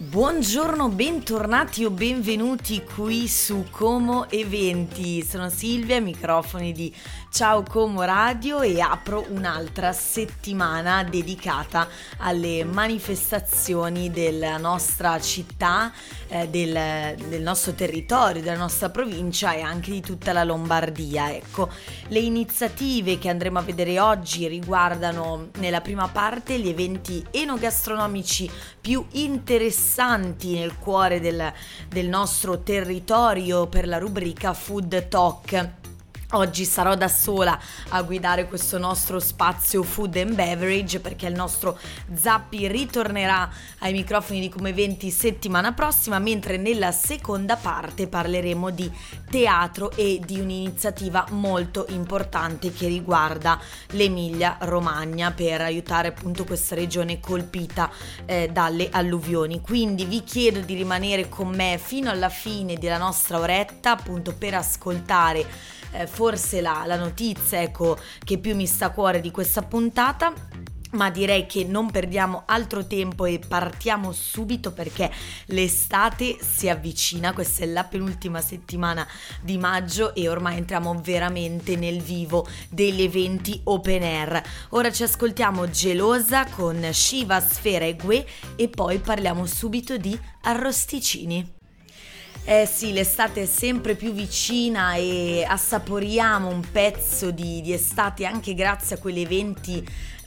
Buongiorno, bentornati o benvenuti qui su Como Eventi. Sono Silvia, ai microfoni di Ciao Como Radio e apro un'altra settimana dedicata alle manifestazioni della nostra città, del nostro territorio, della nostra provincia e anche di tutta la Lombardia. Ecco, le iniziative che andremo a vedere oggi riguardano nella prima parte gli eventi enogastronomici più interessanti nel cuore del nostro territorio per la rubrica Food Talk. Oggi sarò da sola a guidare questo nostro spazio Food and Beverage perché il nostro Zappi ritornerà ai microfoni di Come Eventi settimana prossima, mentre nella seconda parte parleremo di teatro e di un'iniziativa molto importante che riguarda l'Emilia Romagna per aiutare appunto questa regione colpita dalle alluvioni. Quindi vi chiedo di rimanere con me fino alla fine della nostra oretta appunto per ascoltare forse la notizia, ecco, che più mi sta a cuore di questa puntata. Ma direi che non perdiamo altro tempo e partiamo subito perché l'estate si avvicina. Questa è la penultima settimana di maggio e ormai entriamo veramente nel vivo degli eventi open air. Ora ci ascoltiamo Gelosa con Shiva Sferegue e poi parliamo subito di arrosticini. Eh sì, l'estate è sempre più vicina e assaporiamo un pezzo di estate anche grazie a quegli eventi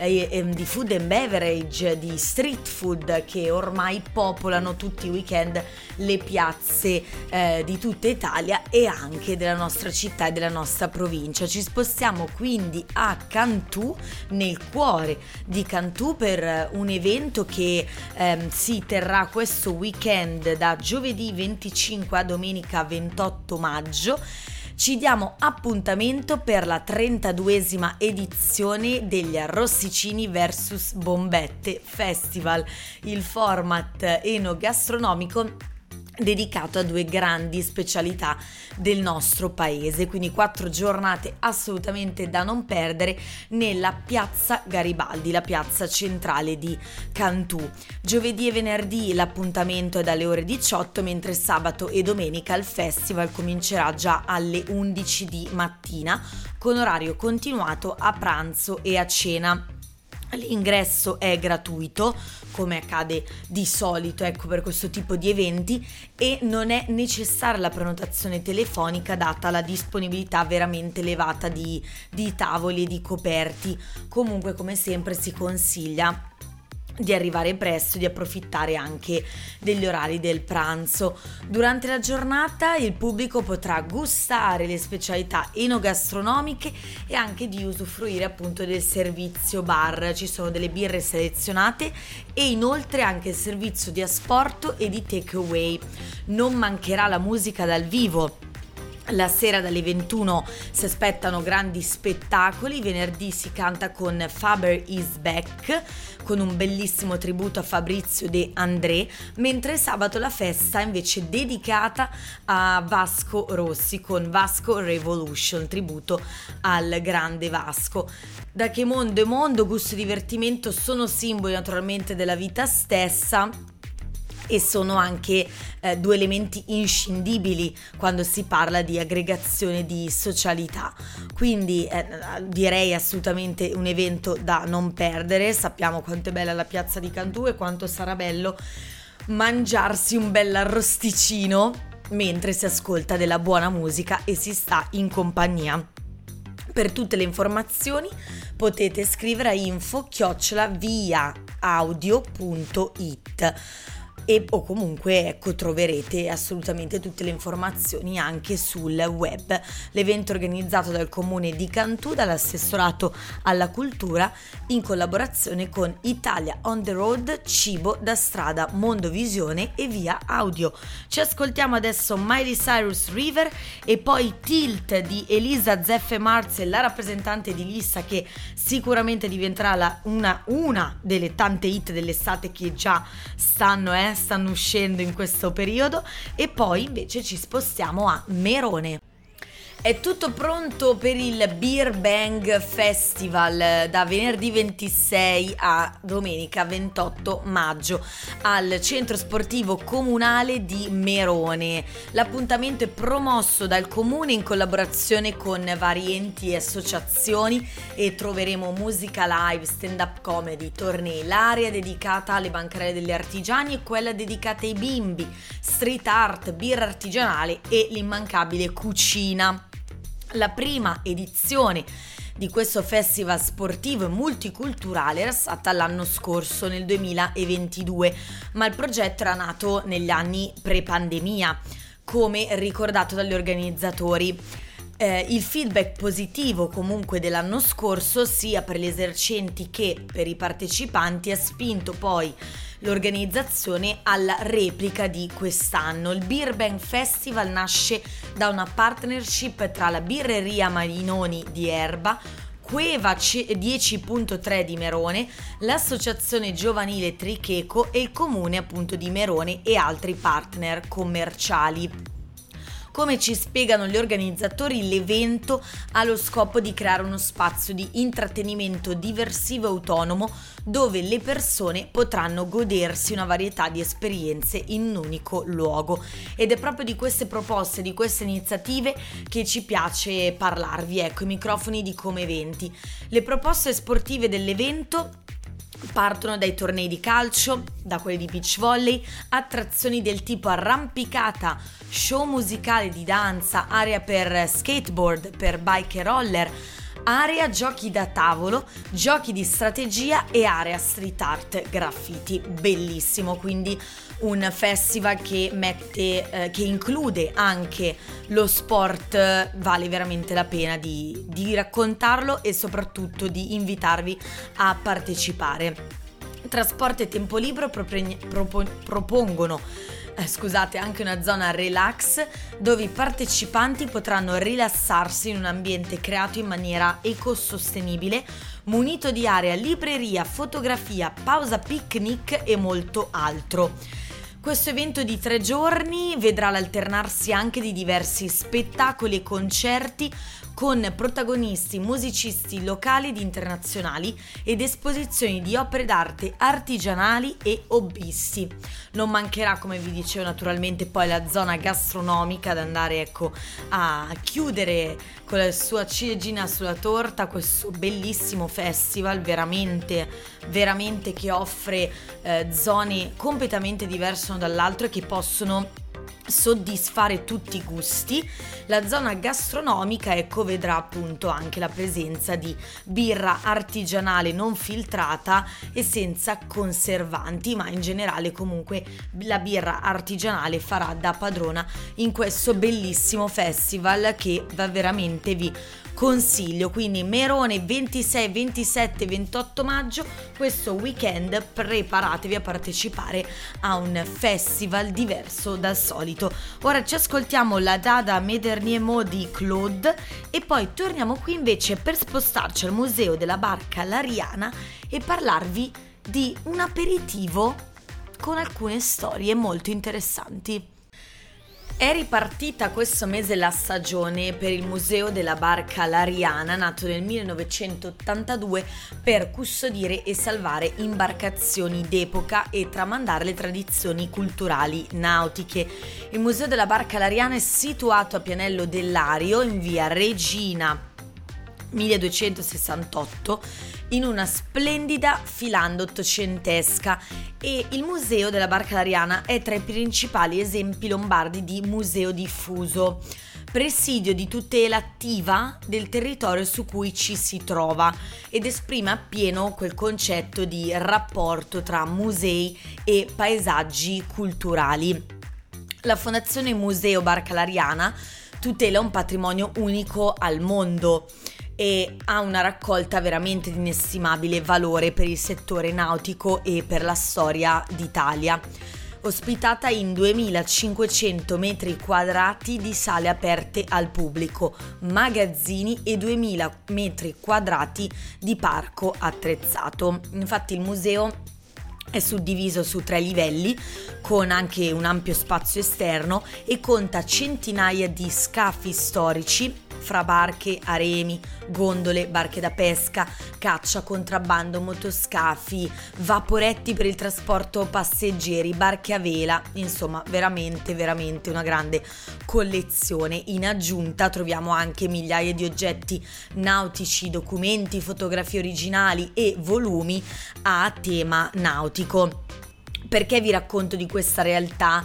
di food and beverage, di street food che ormai popolano tutti i weekend le piazze di tutta Italia e anche della nostra città e della nostra provincia. Ci spostiamo quindi a Cantù, nel cuore di Cantù, per un evento che si terrà questo weekend da giovedì 25 a domenica 28 maggio. Ci diamo appuntamento per la 32esima edizione degli Arrosticini vs Bombette Festival, il format enogastronomico dedicato a due grandi specialità del nostro paese, quindi 4 giornate assolutamente da non perdere nella piazza Garibaldi, la piazza centrale di Cantù. Giovedì e venerdì l'appuntamento è dalle ore 18, mentre sabato e domenica il festival comincerà già alle 11 di mattina con orario continuato a pranzo e a cena. L'ingresso è gratuito, come accade di solito, ecco, per questo tipo di eventi, e non è necessaria la prenotazione telefonica data la disponibilità veramente elevata di tavoli e di coperti. Comunque, come sempre, si consiglia di arrivare presto, di approfittare anche degli orari del pranzo. Durante la giornata il pubblico potrà gustare le specialità enogastronomiche e anche di usufruire appunto del servizio bar. Ci sono delle birre selezionate e inoltre anche il servizio di asporto e di take away. Non mancherà la musica dal vivo. La sera dalle 21 si aspettano grandi spettacoli, venerdì si canta con Faber is Back, con un bellissimo tributo a Fabrizio De André, mentre sabato la festa è invece dedicata a Vasco Rossi con Vasco Revolution, tributo al grande Vasco. Da che mondo è mondo, gusto e divertimento sono simboli naturalmente della vita stessa e sono anche due elementi inscindibili quando si parla di aggregazione di socialità, quindi direi assolutamente un evento da non perdere. Sappiamo quanto è bella la piazza di Cantù e quanto sarà bello mangiarsi un bel arrosticino mentre si ascolta della buona musica e si sta in compagnia. Per tutte le informazioni potete scrivere a info@viaaudio.it o comunque ecco troverete assolutamente tutte le informazioni anche sul web. L'evento è organizzato dal comune di Cantù, dall'assessorato alla cultura in collaborazione con Italia on the Road, Cibo da Strada, Mondovisione e Via Audio. Ci ascoltiamo adesso Miley Cyrus River e poi Tilt di Elisa Zeffe Marzel, la rappresentante di lista che sicuramente diventerà una delle tante hit dell'estate che già stanno uscendo in questo periodo. E poi invece ci spostiamo a Merone. È tutto pronto per il Beer Bang Festival da venerdì 26 a domenica 28 maggio al centro sportivo comunale di Merone. L'appuntamento è promosso dal comune in collaborazione con vari enti e associazioni e troveremo musica live, stand-up comedy, tornei, l'area dedicata alle bancarelle degli artigiani e quella dedicata ai bimbi, street art, birra artigianale e l'immancabile cucina. La prima edizione di questo festival sportivo e multiculturale era stata l'anno scorso, nel 2022, ma il progetto era nato negli anni pre-pandemia, come ricordato dagli organizzatori. Il feedback positivo comunque dell'anno scorso, sia per gli esercenti che per i partecipanti, ha spinto poi l'organizzazione alla replica di quest'anno. Il Beer Bang Festival nasce da una partnership tra la birreria Marinoni di Erba, Cueva 10.3 di Merone, l'associazione giovanile Tricheco e il comune appunto di Merone e altri partner commerciali. Come ci spiegano gli organizzatori, l'evento ha lo scopo di creare uno spazio di intrattenimento diversivo e autonomo dove le persone potranno godersi una varietà di esperienze in un unico luogo. Ed è proprio di queste proposte, di queste iniziative che ci piace parlarvi, ecco, i microfoni di Come Eventi. Le proposte sportive dell'evento partono dai tornei di calcio, da quelli di beach volley, attrazioni del tipo arrampicata, show musicale di danza, area per skateboard, per bike e roller, area giochi da tavolo, giochi di strategia e area street art graffiti. Bellissimo, quindi un festival che include anche lo sport. Vale veramente la pena di raccontarlo e soprattutto di invitarvi a partecipare. Trasporto e tempo libero propongono anche una zona relax dove i partecipanti potranno rilassarsi in un ambiente creato in maniera ecosostenibile, munito di area libreria, fotografia, pausa picnic e molto altro. Questo evento di 3 giorni vedrà l'alternarsi anche di diversi spettacoli e concerti con protagonisti musicisti locali ed internazionali ed esposizioni di opere d'arte artigianali e hobbisti. Non mancherà, come vi dicevo, naturalmente poi la zona gastronomica da andare a chiudere con la sua ciliegina sulla torta questo bellissimo festival veramente che offre zone completamente diverse l'uno dall'altro e che possono soddisfare tutti i gusti. La zona gastronomica vedrà appunto anche la presenza di birra artigianale non filtrata e senza conservanti, ma in generale comunque la birra artigianale farà da padrona in questo bellissimo festival che veramente vi consiglio. Quindi Merone 26, 27, 28 maggio, questo weekend preparatevi a partecipare a un festival diverso dal solito. Ora ci ascoltiamo la Dada Mederniemo di Claude e poi torniamo qui invece per spostarci al Museo della Barca Lariana e parlarvi di un aperitivo con alcune storie molto interessanti. È ripartita questo mese la stagione per il Museo della Barca Lariana, nato nel 1982 per custodire e salvare imbarcazioni d'epoca e tramandare le tradizioni culturali nautiche. Il Museo della Barca Lariana è situato a Pianello del Lario, in via Regina 1268, in una splendida filanda ottocentesca, e il Museo della Barca Lariana è tra i principali esempi lombardi di museo diffuso, presidio di tutela attiva del territorio su cui ci si trova, ed esprime appieno quel concetto di rapporto tra musei e paesaggi culturali. La Fondazione Museo Barca Lariana tutela un patrimonio unico al mondo e ha una raccolta veramente di inestimabile valore per il settore nautico e per la storia d'Italia. Ospitata in 2500 metri quadrati di sale aperte al pubblico, magazzini e 2000 metri quadrati di parco attrezzato. Infatti il museo è suddiviso su 3 livelli, con anche un ampio spazio esterno, e conta centinaia di scafi storici, fra barche a remi, gondole, barche da pesca, caccia, contrabbando, motoscafi, vaporetti per il trasporto passeggeri, barche a vela, insomma veramente una grande collezione. In aggiunta troviamo anche migliaia di oggetti nautici, documenti, fotografie originali e volumi a tema nautico. Perché vi racconto di questa realtà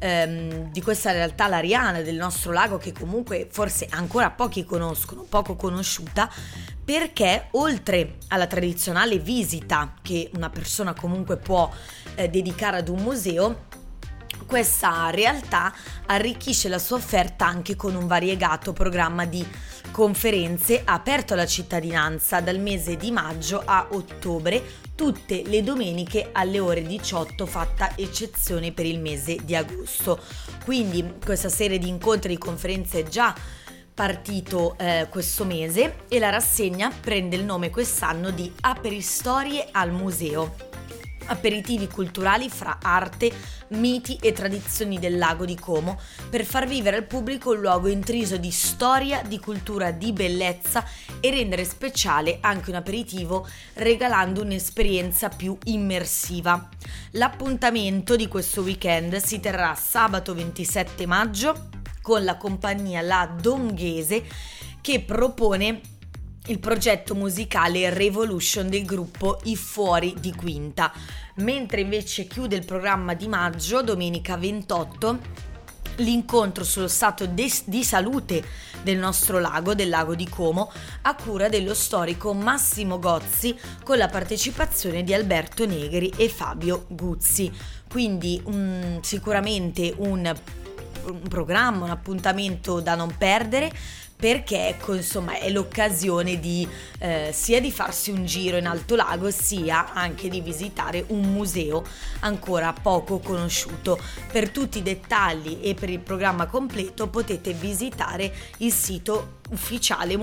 lariana del nostro lago, che comunque forse ancora pochi conoscono, poco conosciuta? Perché oltre alla tradizionale visita che una persona comunque può dedicare ad un museo, questa realtà arricchisce la sua offerta anche con un variegato programma di conferenze aperto alla cittadinanza dal mese di maggio a ottobre, tutte le domeniche alle ore 18, fatta eccezione per il mese di agosto. Quindi questa serie di incontri e di conferenze è già partito questo mese e la rassegna prende il nome quest'anno di Aperistorie al Museo. Aperitivi culturali fra arte, miti e tradizioni del lago di Como, per far vivere al pubblico un luogo intriso di storia, di cultura, di bellezza e rendere speciale anche un aperitivo regalando un'esperienza più immersiva. L'appuntamento di questo weekend si terrà sabato 27 maggio con la compagnia La Donghese, che propone il progetto musicale Revolution del gruppo I Fuori di Quinta, mentre invece chiude il programma di maggio, domenica 28, l'incontro sullo stato di salute del nostro lago, del lago di Como, a cura dello storico Massimo Gozzi, con la partecipazione di Alberto Negri e Fabio Guzzi. Quindi sicuramente un programma, un appuntamento da non perdere, perché ecco, insomma, è l'occasione di sia di farsi un giro in Alto Lago, sia anche di visitare un museo ancora poco conosciuto. Per tutti i dettagli e per il programma completo potete visitare il sito ufficiale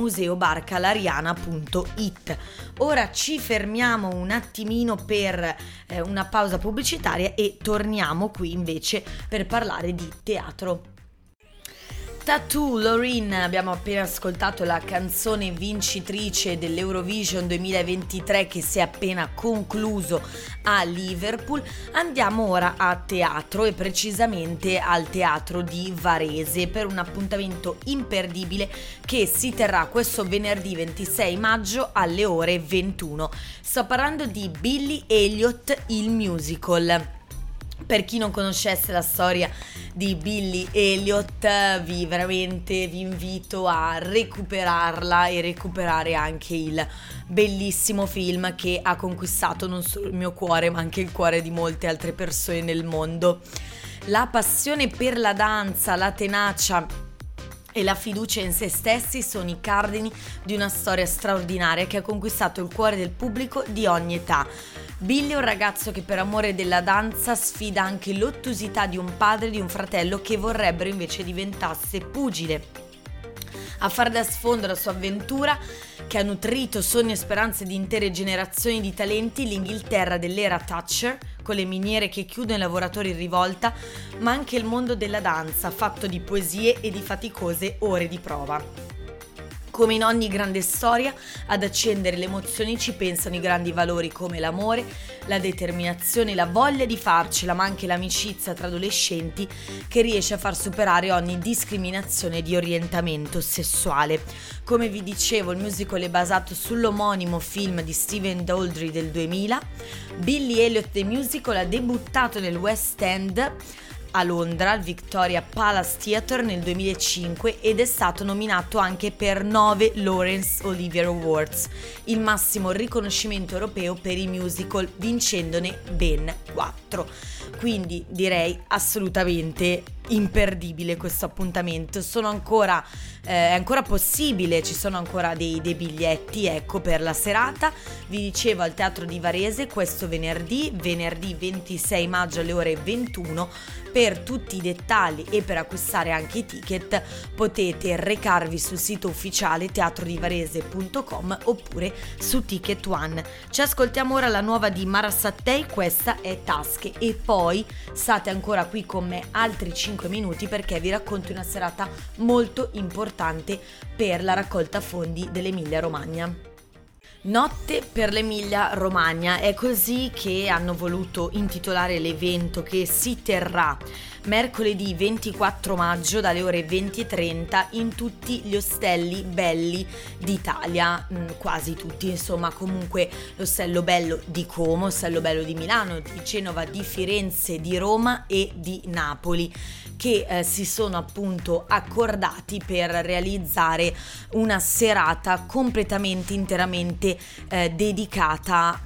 museobarcalariana.it. Ora ci fermiamo un attimino per una pausa pubblicitaria e torniamo qui invece per parlare di teatro. Tattoo, Loreen, abbiamo appena ascoltato la canzone vincitrice dell'Eurovision 2023 che si è appena concluso a Liverpool. Andiamo ora a teatro e precisamente al Teatro di Varese per un appuntamento imperdibile che si terrà questo venerdì 26 maggio alle ore 21. Sto parlando di Billy Elliot, il musical. Per chi non conoscesse la storia di Billy Elliot, vi invito a recuperarla e recuperare anche il bellissimo film che ha conquistato non solo il mio cuore ma anche il cuore di molte altre persone nel mondo. La passione per la danza, la tenacia e la fiducia in se stessi sono i cardini di una storia straordinaria che ha conquistato il cuore del pubblico di ogni età. Billy è un ragazzo che per amore della danza sfida anche l'ottusità di un padre e di un fratello che vorrebbero invece diventasse pugile. A far da sfondo la sua avventura, che ha nutrito sogni e speranze di intere generazioni di talenti, l'Inghilterra dell'era Thatcher, con le miniere che chiudono i lavoratori in rivolta, ma anche il mondo della danza, fatto di poesie e di faticose ore di prova. Come in ogni grande storia, ad accendere le emozioni ci pensano i grandi valori come l'amore, la determinazione, la voglia di farcela, ma anche l'amicizia tra adolescenti che riesce a far superare ogni discriminazione di orientamento sessuale. Come vi dicevo, il musical è basato sull'omonimo film di Stephen Daldry del 2000. Billy Elliot The Musical ha debuttato nel West End a Londra, al Victoria Palace Theatre nel 2005 ed è stato nominato anche per 9 Laurence Olivier Awards, il massimo riconoscimento europeo per i musical, vincendone ben 4. Quindi direi assolutamente imperdibile questo appuntamento. È ancora possibile, ci sono ancora dei biglietti, ecco, per la serata. Vi dicevo, al Teatro di Varese questo venerdì 26 maggio alle ore 21. Per tutti i dettagli e per acquistare anche i ticket potete recarvi sul sito ufficiale teatrodivarese.com oppure su Ticket One. Ci ascoltiamo ora la nuova di Mara Sattei, questa è Tasche, e poi state ancora qui con me altri 5 5 minuti perché vi racconto una serata molto importante per la raccolta fondi dell'Emilia Romagna. Notte per l'Emilia Romagna, è così che hanno voluto intitolare l'evento che si terrà mercoledì 24 maggio dalle ore 20:30 in tutti gli ostelli belli d'Italia, quasi tutti, insomma, comunque l'Ostello Bello di Como, l'Ostello Bello di Milano, di Genova, di Firenze, di Roma e di Napoli, che si sono appunto accordati per realizzare una serata completamente, interamente dedicata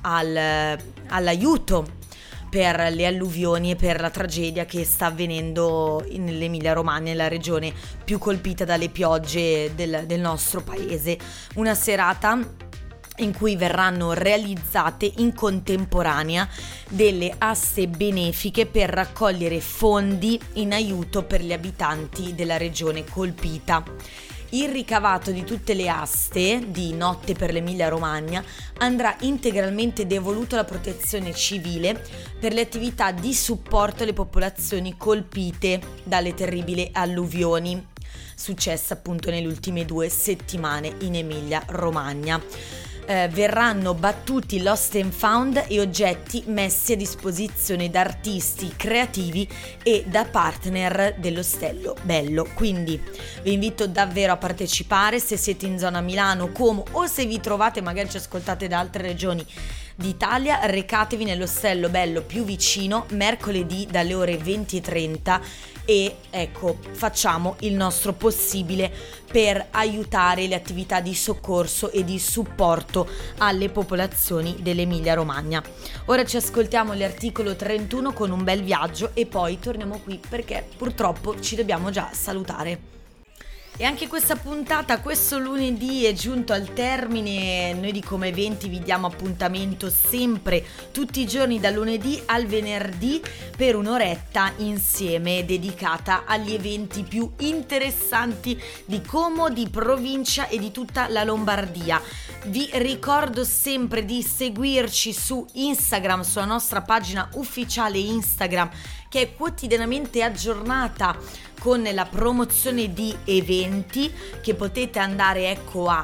all'aiuto per le alluvioni e per la tragedia che sta avvenendo nell'Emilia Romagna, la regione più colpita dalle piogge del nostro paese. Una serata in cui verranno realizzate in contemporanea delle aste benefiche per raccogliere fondi in aiuto per gli abitanti della regione colpita. Il ricavato di tutte le aste di Notte per l'Emilia Romagna andrà integralmente devoluto alla Protezione Civile per le attività di supporto alle popolazioni colpite dalle terribili alluvioni successe appunto nelle ultime 2 settimane in Emilia Romagna. Verranno battuti lost and found e oggetti messi a disposizione da artisti creativi e da partner dell'Ostello Bello, quindi vi invito davvero a partecipare. Se siete in zona Milano, Como o se vi trovate, magari ci ascoltate da altre regioni d'Italia, recatevi nell'Ostello Bello più vicino mercoledì dalle ore 20:30 e ecco, facciamo il nostro possibile per aiutare le attività di soccorso e di supporto alle popolazioni dell'Emilia Romagna. Ora ci ascoltiamo l'articolo 31 con un bel viaggio e poi torniamo qui perché purtroppo ci dobbiamo già salutare. E anche questa puntata, questo lunedì, è giunto al termine. Noi di Come Eventi vi diamo appuntamento sempre, tutti i giorni dal lunedì al venerdì, per un'oretta insieme dedicata agli eventi più interessanti di Como, di provincia e di tutta la Lombardia. Vi ricordo sempre di seguirci su Instagram, sulla nostra pagina ufficiale Instagram, che è quotidianamente aggiornata con la promozione di eventi che potete andare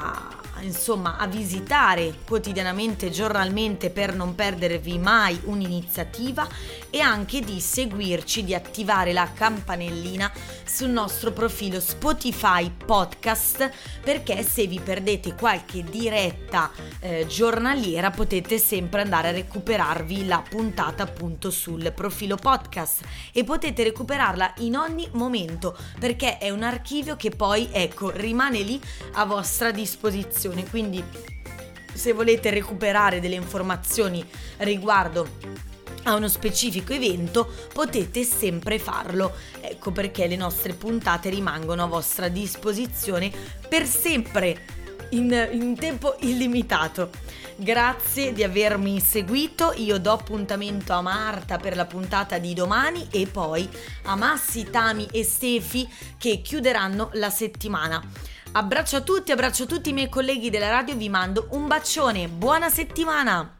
a visitare quotidianamente, giornalmente, per non perdervi mai un'iniziativa, e anche di seguirci, di attivare la campanellina sul nostro profilo Spotify Podcast, perché se vi perdete qualche diretta giornaliera potete sempre andare a recuperarvi la puntata appunto sul profilo podcast e potete recuperarla in ogni momento, perché è un archivio che poi rimane lì a vostra disposizione. Quindi se volete recuperare delle informazioni riguardo a uno specifico evento potete sempre farlo. Ecco perché le nostre puntate rimangono a vostra disposizione per sempre, in tempo illimitato. Grazie di avermi seguito. Io do appuntamento a Marta per la puntata di domani e poi a Massi, Tami e Stefi che chiuderanno la settimana. Abbraccio a tutti i miei colleghi della radio, vi mando un bacione, buona settimana!